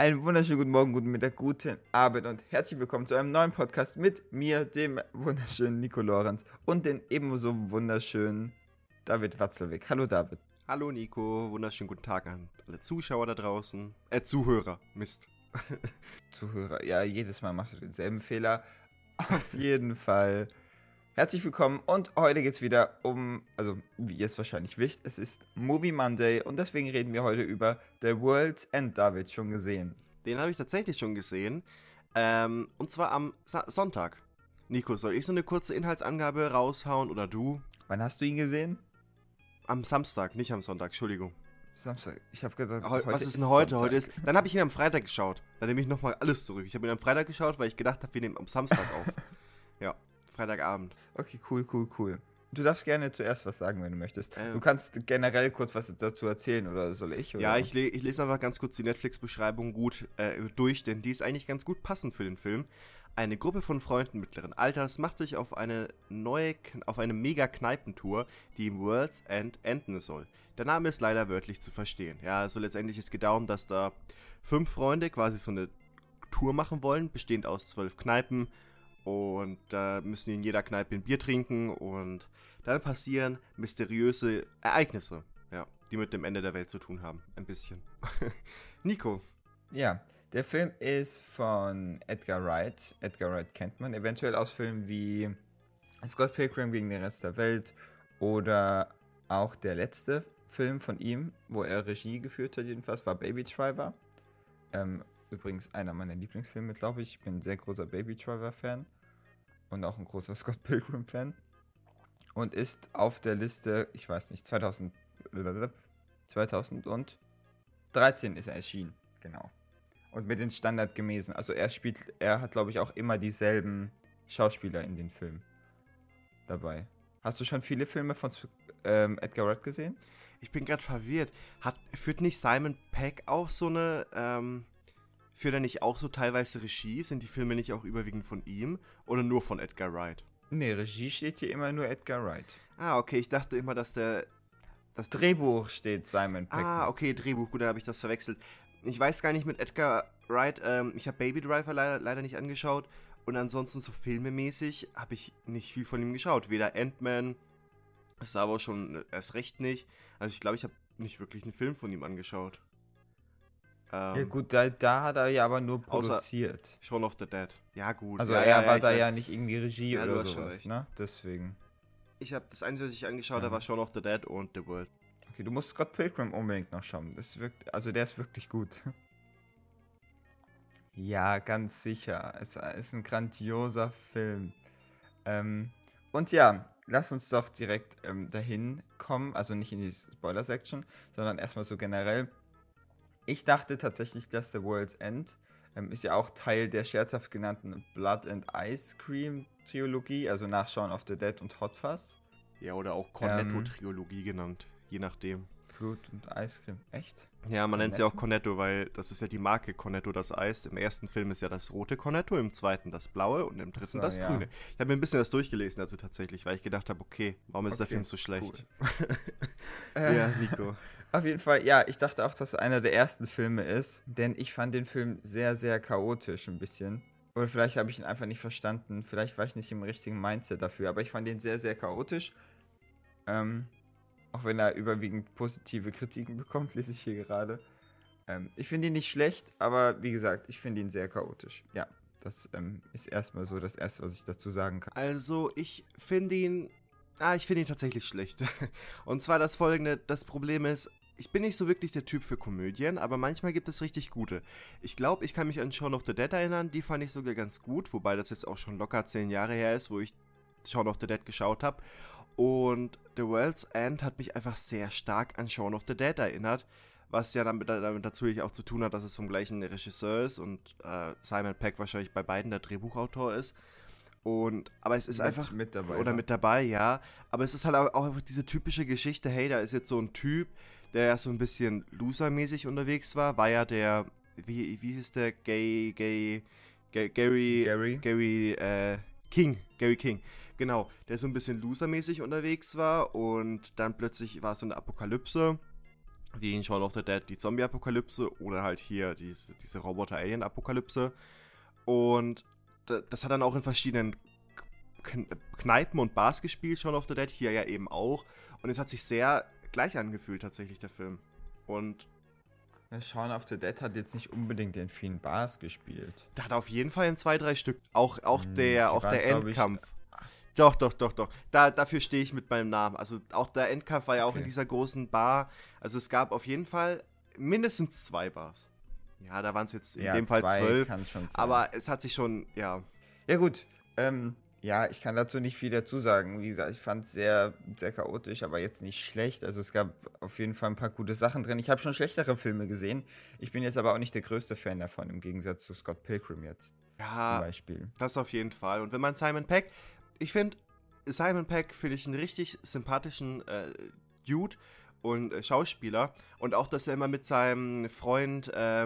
Einen wunderschönen guten Morgen, guten Mittag, guten Abend und herzlich willkommen zu einem neuen Podcast mit mir, dem wunderschönen Nico Lorenz und dem ebenso wunderschönen David Watzelweg. Hallo David. Hallo Nico, wunderschönen guten Tag an alle Zuschauer da draußen. Zuhörer, Mist. Zuhörer, ja, jedes Mal machst du denselben Fehler. Auf jeden Fall. Herzlich willkommen und heute geht es wieder wie ihr es wahrscheinlich wisst, es ist Movie Monday und deswegen reden wir heute über The World's End. David, schon gesehen? Den habe ich tatsächlich schon gesehen, und zwar am Sonntag. Nico, soll ich so eine kurze Inhaltsangabe raushauen oder du? Wann hast du ihn gesehen? Am Samstag, nicht am Sonntag, Entschuldigung. Samstag. Ich habe gesagt, Was ist denn heute? Dann habe ich ihn am Freitag geschaut. Dann nehme ich nochmal alles zurück. Ich habe ihn am Freitag geschaut, weil ich gedacht habe, wir nehmen am Samstag auf. Ja, Freitagabend. Okay, cool. Du darfst gerne zuerst was sagen, wenn du möchtest. Du kannst generell kurz was dazu erzählen, oder soll ich? Oder? Ja, ich lese einfach ganz kurz die Netflix-Beschreibung gut durch, denn die ist eigentlich ganz gut passend für den Film. Eine Gruppe von Freunden mittleren Alters macht sich auf eine Mega-Kneipentour, die im World's End enden soll. Der Name ist leider wörtlich zu verstehen. Ja, also letztendlich es geht darum, dass da 5 Freunde quasi so eine Tour machen wollen, bestehend aus 12 Kneipen. Und da müssen die in jeder Kneipe ein Bier trinken und dann passieren mysteriöse Ereignisse, ja, die mit dem Ende der Welt zu tun haben. Ein bisschen. Nico. Ja, der Film ist von Edgar Wright. Edgar Wright kennt man eventuell aus Filmen wie Scott Pilgrim gegen den Rest der Welt oder auch der letzte Film von ihm, wo er Regie geführt hat, jedenfalls, war Baby Driver. Übrigens einer meiner Lieblingsfilme, glaube ich. Ich bin ein sehr großer Baby Driver-Fan und auch ein großer Scott Pilgrim-Fan. Und ist auf der Liste, ich weiß nicht, 2013 ist er erschienen, genau. Und mit den standardgemäßen, also er hat, glaube ich, auch immer dieselben Schauspieler in den Filmen dabei. Hast du schon viele Filme von Edgar Wright gesehen? Ich bin gerade verwirrt. Führt nicht Simon Pegg auch so eine, führt er nicht auch so teilweise Regie? Sind die Filme nicht auch überwiegend von ihm oder nur von Edgar Wright? Nee, Regie steht hier immer nur Edgar Wright. Ah, okay, ich dachte immer, dass das Drehbuch steht Simon Pegg. Ah, okay, Drehbuch, gut, da habe ich das verwechselt. Ich weiß gar nicht mit Edgar Wright, ich habe Baby Driver leider nicht angeschaut und ansonsten so filmemäßig habe ich nicht viel von ihm geschaut. Weder Ant-Man, Star Wars schon erst recht nicht. Also ich glaube, ich habe nicht wirklich einen Film von ihm angeschaut. Ja gut, da hat er ja aber nur produziert. Shaun of the Dead. Ja gut. Also er war da ja nicht irgendwie Regie oder sowas, ne? Deswegen. Das Einzige, was ich angeschaut habe, war Shaun of the Dead und The World. Okay, du musst Scott Pilgrim unbedingt noch schauen. Der ist wirklich gut. Ja, ganz sicher. Es ist ein grandioser Film. Und ja, lass uns doch direkt dahin kommen. Also nicht in die Spoiler-Section, sondern erstmal so generell. Ich dachte tatsächlich, dass The World's End ist ja auch Teil der scherzhaft genannten Blood and Ice Cream Trilogie, also nach Shaun of the Dead und Hot Fuzz. Ja, oder auch Cornetto-Trilogie genannt, je nachdem. Blut und Eiscreme, echt? Ja, man nennt sie auch Cornetto, weil das ist ja die Marke Cornetto, das Eis. Im ersten Film ist ja das rote Cornetto, im zweiten das blaue und im dritten das grüne. Ich habe mir ein bisschen das durchgelesen dazu tatsächlich, weil ich gedacht habe, okay, warum ist der Film so schlecht? Cool. Ja, Nico. Auf jeden Fall, ja, ich dachte auch, dass es einer der ersten Filme ist, denn ich fand den Film sehr, sehr chaotisch ein bisschen. Oder vielleicht habe ich ihn einfach nicht verstanden, vielleicht war ich nicht im richtigen Mindset dafür, aber ich fand ihn sehr, sehr chaotisch. Auch wenn er überwiegend positive Kritiken bekommt, lese ich hier gerade. Ich finde ihn nicht schlecht, aber wie gesagt, ich finde ihn sehr chaotisch. Ja, das ist erstmal so das Erste, was ich dazu sagen kann. Also, ich finde ihn tatsächlich schlecht. Und zwar das Folgende, das Problem ist, ich bin nicht so wirklich der Typ für Komödien, aber manchmal gibt es richtig gute. Ich glaube, ich kann mich an Shaun of the Dead erinnern, die fand ich sogar ganz gut, wobei das jetzt auch schon locker 10 Jahre her ist, wo ich Shaun of the Dead geschaut habe. Und The World's End hat mich einfach sehr stark an Shaun of the Dead erinnert, was ja damit natürlich auch zu tun hat, dass es vom gleichen Regisseur ist und Simon Pegg wahrscheinlich bei beiden der Drehbuchautor ist. Aber es ist einfach mit dabei. Oder mit dabei, ja. Aber es ist halt auch einfach diese typische Geschichte, hey, da ist jetzt so ein Typ, der ja so ein bisschen losermäßig unterwegs war ja der, wie hieß der, Gary King. Genau, der so ein bisschen losermäßig unterwegs war und dann plötzlich war so eine Apokalypse wie in Shaun of the Dead die Zombie-Apokalypse oder halt hier diese Roboter-Alien-Apokalypse. Und das hat dann auch in verschiedenen Kneipen und Bars gespielt, Shaun of the Dead, hier ja eben auch. Und es hat sich sehr gleich angefühlt tatsächlich, der Film. Und Shaun of the Dead hat jetzt nicht unbedingt in vielen Bars gespielt. der hat auf jeden Fall in 2, 3 Stück, auch Die der waren, glaub ich, Endkampf. Doch. Dafür stehe ich mit meinem Namen. Also auch der Endkampf war ja auch in Okay. dieser großen Bar. Also es gab auf jeden Fall mindestens 2 Bars. Ja, da waren es jetzt in dem Fall 12. Kann schon sein. Aber es hat sich schon, ja. Ja gut, ja, ich kann dazu nicht viel dazu sagen. Wie gesagt, ich fand es sehr, sehr chaotisch, aber jetzt nicht schlecht. Also es gab auf jeden Fall ein paar gute Sachen drin. Ich habe schon schlechtere Filme gesehen. Ich bin jetzt aber auch nicht der größte Fan davon, im Gegensatz zu Scott Pilgrim jetzt zum Ja, Beispiel. das auf jeden Fall. Und wenn man Simon Pegg, ich finde, Simon Pegg finde ich einen richtig sympathischen Dude und Schauspieler. Und auch, dass er immer mit seinem Freund,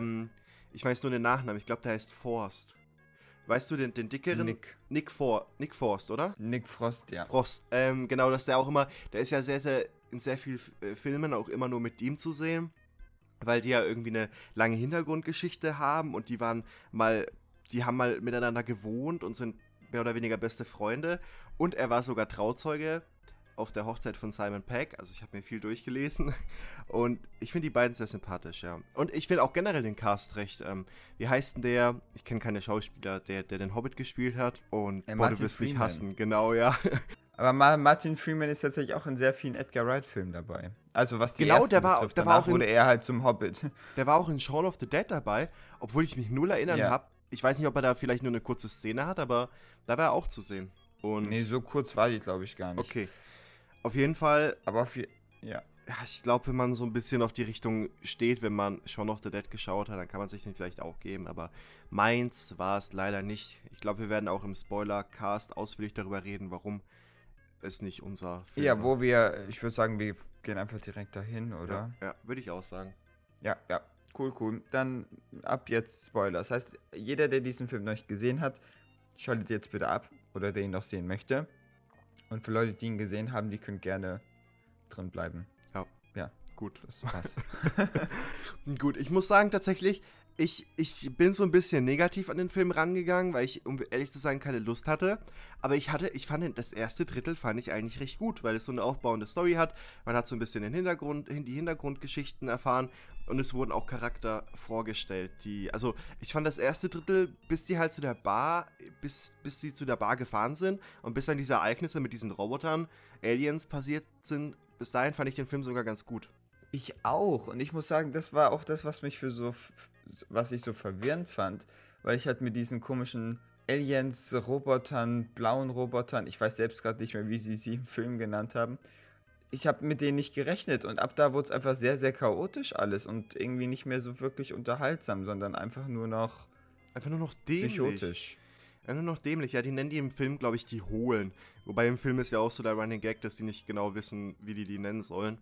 ich weiß nur den Nachnamen, ich glaube, der heißt Forst. Weißt du, den dickeren? Nick Forst, oder? Nick Frost, ja. Frost. Genau, dass der auch immer, der ist ja sehr in sehr vielen Filmen auch immer nur mit ihm zu sehen, weil die ja irgendwie eine lange Hintergrundgeschichte haben und die haben mal miteinander gewohnt und sind mehr oder weniger beste Freunde. Und er war sogar Trauzeuge auf der Hochzeit von Simon Pegg. Also ich habe mir viel durchgelesen. Und ich finde die beiden sehr sympathisch, ja. Und ich finde auch generell den Cast recht. Wie heißt denn der? Ich kenne keine Schauspieler, der den Hobbit gespielt hat. Und boah, Martin du wirst mich Freeman. hassen. Genau, ja. Aber Martin Freeman ist tatsächlich auch in sehr vielen Edgar Wright-Filmen dabei. Also was die Genau, ersten der war betrifft. auch Danach in- wurde er halt zum Hobbit. Der war auch in Shaun of the Dead dabei, obwohl ich mich null erinnern Ja. habe. Ich weiß nicht, ob er da vielleicht nur eine kurze Szene hat, aber da war er auch zu sehen. Und Nee, so kurz war die, glaube ich, gar nicht. okay. Auf jeden Fall, Aber ja. ja, ich glaube, wenn man so ein bisschen auf die Richtung steht, wenn man Shaun of the Dead geschaut hat, dann kann man sich den vielleicht auch geben. Aber meins war es leider nicht. Ich glaube, wir werden auch im Spoiler-Cast ausführlich darüber reden, warum es nicht unser Film Ja, war. ich würde sagen, wir gehen einfach direkt dahin, oder? Ja, würde ich auch sagen. Ja. Cool. Dann ab jetzt Spoiler. Das heißt, jeder, der diesen Film noch nicht gesehen hat, schaltet jetzt bitte ab oder der ihn noch sehen möchte. Und für Leute, die ihn gesehen haben, die können gerne drin bleiben. Ja, gut. Das war's. Gut, ich muss sagen, tatsächlich, ich bin so ein bisschen negativ an den Film rangegangen, weil ich, um ehrlich zu sein, keine Lust hatte. Aber ich fand das erste Drittel fand ich eigentlich recht gut, weil es so eine aufbauende Story hat. Man hat so ein bisschen die Hintergrundgeschichten erfahren und es wurden auch Charakter vorgestellt, also ich fand das erste Drittel, bis sie zu der Bar gefahren sind und bis dann diese Ereignisse mit diesen Robotern, Aliens passiert sind, bis dahin fand ich den Film sogar ganz gut. Ich auch. Und ich muss sagen, das war auch das, was mich was ich so verwirrend fand. Weil ich halt mit diesen komischen Aliens, Robotern, blauen Robotern, ich weiß selbst gerade nicht mehr, wie sie im Film genannt haben. Ich habe mit denen nicht gerechnet. Und ab da wurde es einfach sehr, sehr chaotisch alles. Und irgendwie nicht mehr so wirklich unterhaltsam, sondern einfach nur noch Einfach nur noch dämlich. psychotisch. Nur noch dämlich. Ja, die nennen die im Film, glaube ich, die Hohlen. Wobei im Film ist ja auch so der Running Gag, dass die nicht genau wissen, wie die nennen sollen.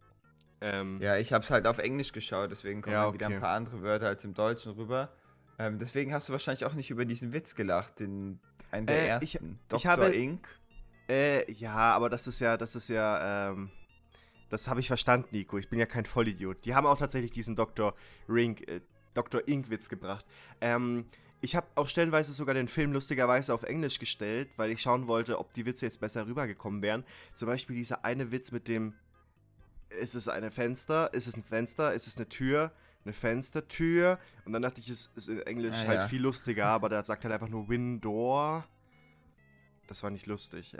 Ja, ich habe es halt auf Englisch geschaut, deswegen kommen Ja, dann wieder okay. ein paar andere Wörter als im Deutschen rüber. Deswegen hast du wahrscheinlich auch nicht über diesen Witz gelacht, einen der ersten. ich Dr. habe- Inc. Ja, aber das habe ich verstanden, Nico. Ich bin ja kein Vollidiot. Die haben auch tatsächlich diesen Dr. Ink-Witz gebracht. Ich habe auch stellenweise sogar den Film lustigerweise auf Englisch gestellt, weil ich schauen wollte, ob die Witze jetzt besser rübergekommen wären. Zum Beispiel dieser eine Witz mit dem, ist es ein Fenster? Ist es ein Fenster? Ist es eine Tür? Eine Fenstertür? Und dann dachte ich, es ist in Englisch Ah, halt ja. viel lustiger, aber der sagt halt einfach nur Windoor. Das war nicht lustig.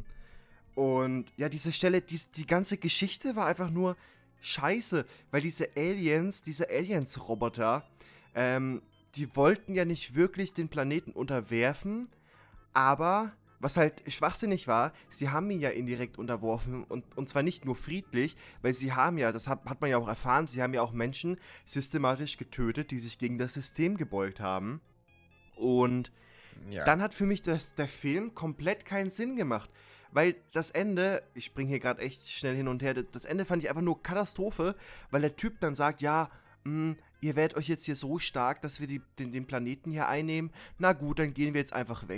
Und ja, diese Stelle, die ganze Geschichte war einfach nur scheiße, weil diese Aliens-Roboter, die wollten ja nicht wirklich den Planeten unterwerfen, aber was halt schwachsinnig war, sie haben ihn ja indirekt unterworfen und zwar nicht nur friedlich, weil sie haben ja, das hat man ja auch erfahren, sie haben ja auch Menschen systematisch getötet, die sich gegen das System gebeugt haben. Und Ja. dann hat für mich der Film komplett keinen Sinn gemacht. Weil das Ende, ich springe hier gerade echt schnell hin und her, das Ende fand ich einfach nur Katastrophe, weil der Typ dann sagt, ja, ihr werdet euch jetzt hier so stark, dass wir den Planeten hier einnehmen. Na gut, dann gehen wir jetzt einfach weg.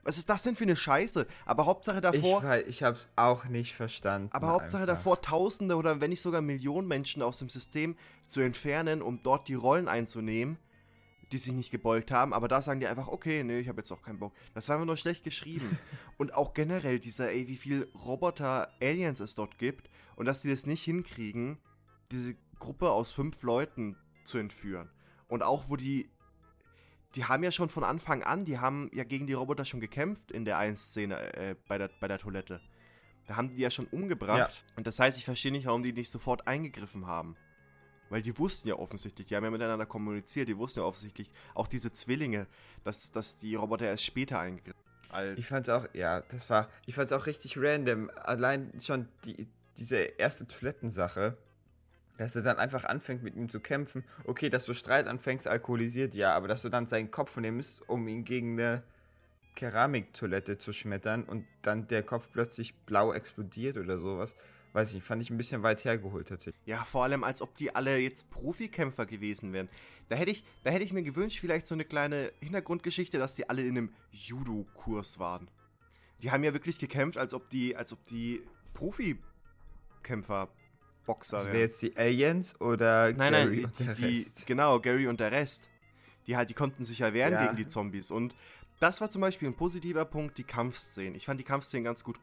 Was ist das denn für eine Scheiße? Aber Hauptsache davor... Ich hab's auch nicht verstanden. Aber Hauptsache einfach. davor Tausende oder wenn nicht sogar Millionen Menschen aus dem System zu entfernen, um dort die Rollen einzunehmen, die sich nicht gebeugt haben. Aber da sagen die einfach, okay, nee, ich habe jetzt auch keinen Bock. Das war einfach nur schlecht geschrieben. Und auch generell wie viel Roboter-Aliens es dort gibt und dass die das nicht hinkriegen, diese Gruppe aus 5 Leuten zu entführen. Und auch wo die haben ja schon von Anfang an, die haben ja gegen die Roboter schon gekämpft in der einen Szene bei der Toilette. Da haben die ja schon umgebracht. Ja. Und das heißt, ich verstehe nicht, warum die nicht sofort eingegriffen haben. Weil die wussten ja offensichtlich, die haben ja miteinander kommuniziert, die wussten ja offensichtlich, auch diese Zwillinge, dass die Roboter erst später eingegriffen haben. Ich fand's auch, ich fand's auch richtig random. Allein schon diese erste Toilettensache, dass er dann einfach anfängt mit ihm zu kämpfen. Okay, dass du Streit anfängst, alkoholisiert, ja, aber dass du dann seinen Kopf nimmst, um ihn gegen eine Keramiktoilette zu schmettern und dann der Kopf plötzlich blau explodiert oder sowas. Weiß ich nicht, fand ich ein bisschen weit hergeholt tatsächlich. Ja, vor allem, als ob die alle jetzt Profikämpfer gewesen wären. Da hätte ich mir gewünscht, vielleicht so eine kleine Hintergrundgeschichte, dass die alle in einem Judo-Kurs waren. Die haben ja wirklich gekämpft, als ob die Profikämpfer, Boxer Also wären. wer jetzt die Aliens oder Gary und der Rest? Genau, Gary und der Rest. Die konnten sich ja wehren Ja. gegen die Zombies. Und das war zum Beispiel ein positiver Punkt, die Kampfszenen. Ich fand die Kampfszenen ganz gut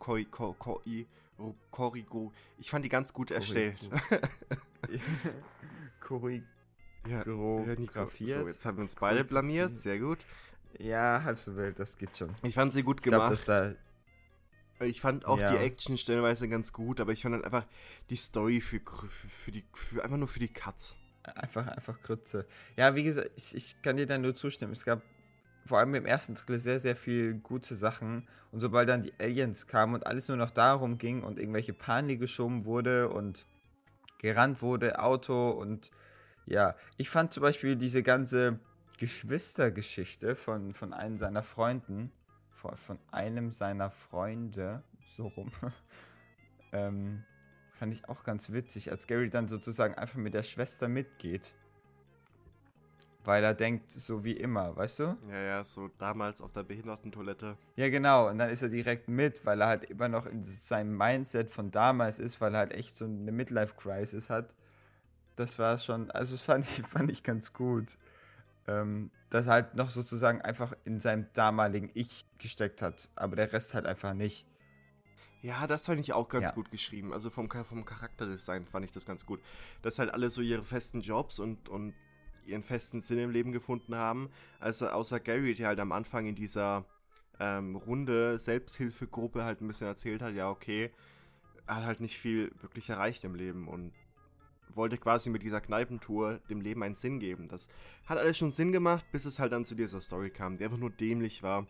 ich fand die ganz gut erstellt. Choreografiert. So, jetzt haben wir uns beide blamiert. Sehr gut. Ja, halb so wild, das geht schon. Ich fand sie gut Ich glaube, gemacht. dass da Ich fand auch Ja. die Action stellenweise ganz gut, aber ich fand halt einfach die Story einfach nur für die Cuts. einfach Grütze. Ja, wie gesagt, ich kann dir da nur zustimmen. Es gab vor allem im ersten Drittel sehr, sehr viel gute Sachen. Und sobald dann die Aliens kamen und alles nur noch darum ging und irgendwelche Panik geschoben wurde und gerannt wurde, Auto und ja. Ich fand zum Beispiel diese ganze Geschwistergeschichte von einem seiner Freunden, von einem seiner Freunde, so rum, fand ich auch ganz witzig, als Gary dann sozusagen einfach mit der Schwester mitgeht. Weil er denkt, so wie immer, weißt du? Ja, so damals auf der Behindertentoilette. Ja, genau. Und dann ist er direkt mit, weil er halt immer noch in seinem Mindset von damals ist, weil er halt echt so eine Midlife-Crisis hat. Das war schon, also das fand ich ganz gut. Dass er halt noch sozusagen einfach in seinem damaligen Ich gesteckt hat, aber der Rest halt einfach nicht. Ja, das fand ich auch ganz Ja. gut geschrieben. Also vom Charakterdesign fand ich das ganz gut. Dass halt alle so ihre festen Jobs und ihren festen Sinn im Leben gefunden haben. Also außer Gary, der halt am Anfang in dieser Runde Selbsthilfegruppe halt ein bisschen erzählt hat, ja okay, er hat halt nicht viel wirklich erreicht im Leben und wollte quasi mit dieser Kneipentour dem Leben einen Sinn geben. Das hat alles schon Sinn gemacht, bis es halt dann zu dieser Story kam, die einfach nur dämlich war.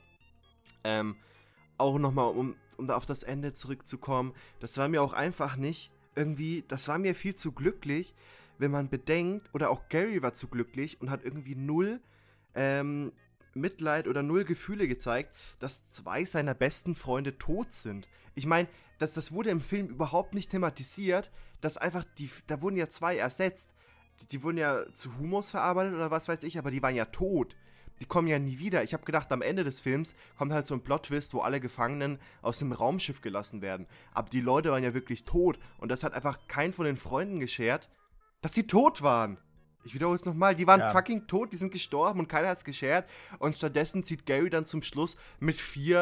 Auch nochmal, um da auf das Ende zurückzukommen, das war mir auch einfach nicht irgendwie, das war mir viel zu glücklich, wenn man bedenkt, oder auch Gary war zu glücklich und hat irgendwie null Mitleid oder null Gefühle gezeigt, dass 2 seiner besten Freunde tot sind. Ich meine, das wurde im Film überhaupt nicht thematisiert, dass einfach da wurden ja 2 ersetzt. Die wurden ja zu Humus verarbeitet oder was weiß ich, aber die waren ja tot. Die kommen ja nie wieder. Ich habe gedacht, am Ende des Films kommt halt so ein Plot-Twist, wo alle Gefangenen aus dem Raumschiff gelassen werden. Aber die Leute waren ja wirklich tot und das hat einfach keinen von den Freunden geschert, dass sie tot waren. Ich wiederhole es nochmal, die waren fucking tot, die sind gestorben und keiner hat es geschert. Und stattdessen zieht Gary dann zum Schluss mit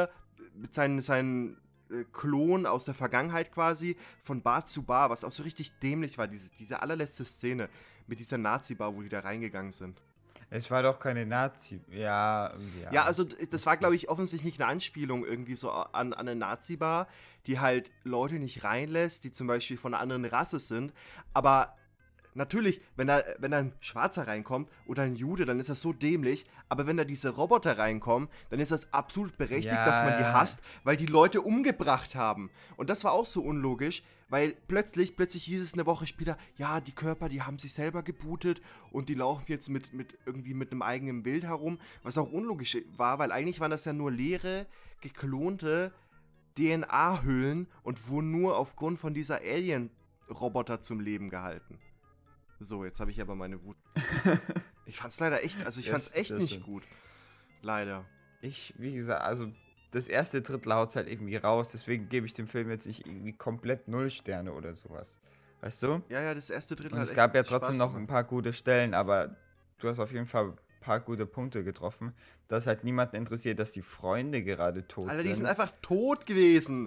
seinen Klon aus der Vergangenheit quasi von Bar zu Bar, was auch so richtig dämlich war, diese allerletzte Szene mit dieser Nazi-Bar, wo die da reingegangen sind. Es war doch keine Nazi. Ja. Ja, also das war, glaube ich, offensichtlich eine Anspielung irgendwie so an eine Nazi-Bar, die halt Leute nicht reinlässt, die zum Beispiel von einer anderen Rasse sind. Aber natürlich, wenn da ein Schwarzer reinkommt oder ein Jude, dann ist das so dämlich. Aber wenn da diese Roboter reinkommen, dann ist das absolut berechtigt, dass man die hasst, weil die Leute umgebracht haben. Und das war auch so unlogisch, weil plötzlich hieß es eine Woche später, ja, die Körper, die haben sich selber gebootet und die laufen jetzt mit einem eigenen Bild herum, was auch unlogisch war, weil eigentlich waren das ja nur leere, geklonte DNA-Hüllen und wurden nur aufgrund von dieser Alien-Roboter zum Leben gehalten. So, jetzt habe ich aber meine Wut. Ich fand's leider echt, also ich fand's echt nicht gut. Leider. Wie gesagt, also das erste Drittel haut halt irgendwie raus, deswegen gebe ich dem Film jetzt nicht irgendwie komplett 0 Sterne oder sowas. Weißt du? Ja, das erste Drittel Und hat es echt gab ja Spaß trotzdem noch gemacht. ein paar gute Stellen, aber du hast auf jeden Fall ein paar gute Punkte getroffen, dass halt niemanden interessiert, dass die Freunde gerade tot Alter, die sind sind. einfach tot gewesen.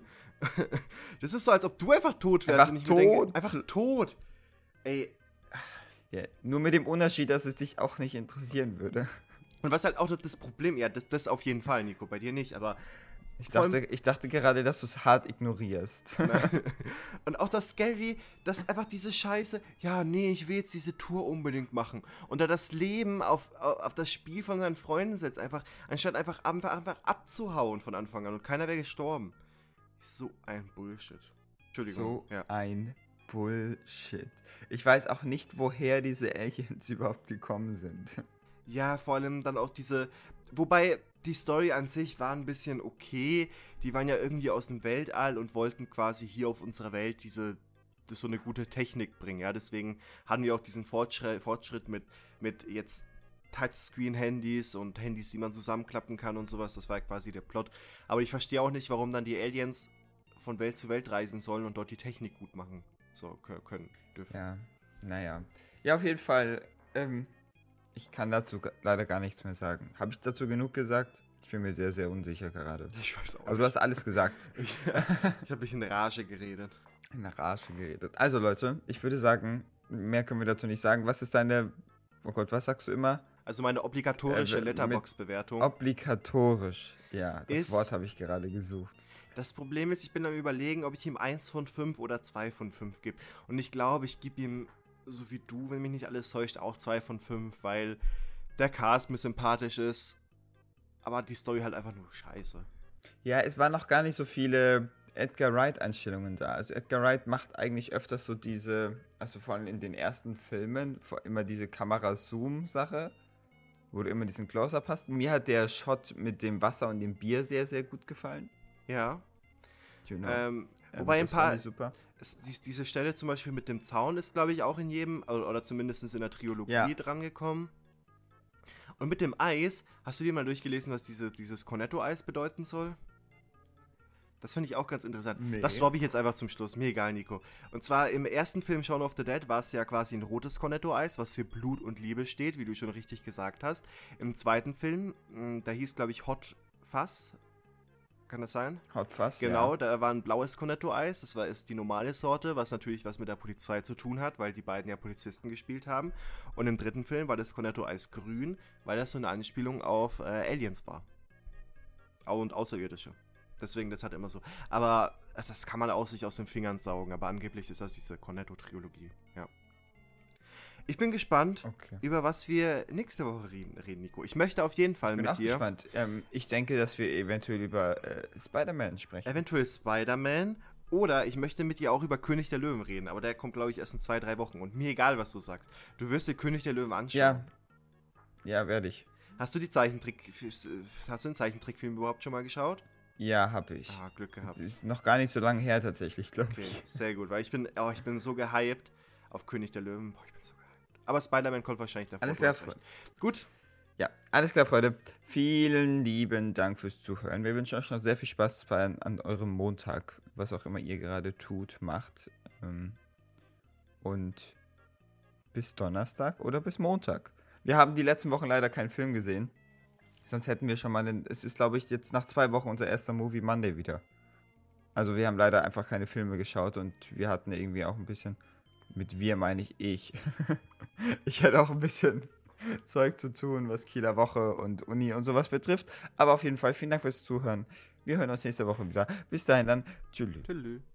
Das ist so, als ob du einfach tot wärst. Einfach und ich mir denke, tot. einfach tot. Ey, Ja, nur mit dem Unterschied, dass es dich auch nicht interessieren würde. und was halt auch das Problem, ja, das auf jeden Fall, Nico, bei dir nicht, aber Ich Vor allem- dachte gerade, dass du es hart ignorierst. und auch das Scary, dass einfach diese Scheiße, ja, nee, ich will jetzt diese Tour unbedingt machen. Und da das Leben auf das Spiel von seinen Freunden setzt, anstatt einfach abzuhauen von Anfang an und keiner wäre gestorben. So ein Bullshit. Entschuldigung. So Ja. ein Bullshit. Ich weiß auch nicht, woher diese Aliens überhaupt gekommen sind. Ja, vor allem dann auch diese. Wobei die Story an sich war ein bisschen okay. Die waren ja irgendwie aus dem Weltall und wollten quasi hier auf unserer Welt so eine gute Technik bringen. Ja, deswegen hatten wir auch diesen Fortschritt mit jetzt Touchscreen-Handys und Handys, die man zusammenklappen kann und sowas. Das war quasi der Plot. Aber ich verstehe auch nicht, warum dann die Aliens von Welt zu Welt reisen sollen und dort die Technik gut machen dürfen. Ja, naja. Ja, auf jeden Fall. Ich kann dazu leider gar nichts mehr sagen. Habe ich dazu genug gesagt? Ich bin mir sehr, sehr unsicher gerade. Ich weiß auch Aber du hast alles gesagt. Ich habe mich in Rage geredet. In der Rage geredet. Also Leute, ich würde sagen, mehr können wir dazu nicht sagen. Was ist deine... Oh Gott, was sagst du immer? Also meine obligatorische mit Letterbox-Bewertung. Obligatorisch. Ja, das Ist- Wort habe ich gerade gesucht. Das Problem ist, ich bin am Überlegen, ob ich ihm 1 von 5 oder 2 von 5 gebe. Und ich glaube, ich gebe ihm, so wie du, wenn mich nicht alles täuscht, auch 2 von 5, weil der Cast mir sympathisch ist, aber die Story halt einfach nur scheiße. Ja, es waren noch gar nicht so viele Edgar Wright-Einstellungen da. Also Edgar Wright macht eigentlich öfters so diese, also vor allem in den ersten Filmen, immer diese Kamera-Zoom-Sache, wo du immer diesen Close-Up hast. Mir hat der Shot mit dem Wasser und dem Bier sehr, sehr gut gefallen. Ja. Genau. Wobei ein das fand paar, ich super. diese Stelle zum Beispiel mit dem Zaun ist, glaube ich, auch in jedem, oder zumindest in der Trilogie Ja. drangekommen. Und mit dem Eis, hast du dir mal durchgelesen, was dieses Cornetto-Eis bedeuten soll? Das finde ich auch ganz interessant. Nee. Das droppe ich jetzt einfach zum Schluss. Mir egal, Nico. Und zwar im ersten Film Shaun of the Dead war es ja quasi ein rotes Cornetto-Eis, was für Blut und Liebe steht, wie du schon richtig gesagt hast. Im zweiten Film, da hieß, glaube ich, Hot Fuzz. Kann das sein? Hot Fuzz, Genau, ja. da war ein blaues Cornetto-Eis. Das ist die normale Sorte, was natürlich was mit der Polizei zu tun hat, weil die beiden ja Polizisten gespielt haben. Und im dritten Film war das Cornetto-Eis grün, weil das so eine Anspielung auf Aliens war. Und Außerirdische. Deswegen, das hat immer so. Aber das kann man auch sich aus den Fingern saugen. Aber angeblich ist das diese Cornetto-Trilogie. Ja. Ich bin gespannt, Okay. über was wir nächste Woche reden, Nico. Ich möchte auf jeden Fall Ich bin mit auch dir gespannt. Ich denke, dass wir eventuell über Spider-Man sprechen. eventuell Spider-Man oder ich möchte mit dir auch über König der Löwen reden. Aber der kommt, glaube ich, erst in 2-3 Wochen. Und mir egal, was du sagst. Du wirst dir König der Löwen anschauen. Ja. Ja, werde ich. Hast du den Zeichentrickfilm überhaupt schon mal geschaut? Ja, habe ich. Ah, Glück gehabt. Das ist noch gar nicht so lange her tatsächlich, glaube Okay, ich. sehr gut, weil ich bin so gehypt auf König der Löwen. Boah, ich bin so gehypt. Aber Spider-Man kommt wahrscheinlich davor. Alles du klar, hast recht. Gut, Ja, alles klar, Freunde. Vielen lieben Dank fürs Zuhören. Wir wünschen euch noch sehr viel Spaß an eurem Montag, was auch immer ihr gerade tut, macht. Und bis Donnerstag oder bis Montag. Wir haben die letzten Wochen leider keinen Film gesehen. Sonst hätten wir schon mal es ist, glaube ich, jetzt nach 2 Wochen unser erster Movie Monday wieder. Also wir haben leider einfach keine Filme geschaut und wir hatten irgendwie auch ein bisschen, mit wir meine ich. Ich hatte auch ein bisschen Zeug zu tun, was Kieler Woche und Uni und sowas betrifft. Aber auf jeden Fall vielen Dank fürs Zuhören. Wir hören uns nächste Woche wieder. Bis dahin dann. Tschüss. tschüss.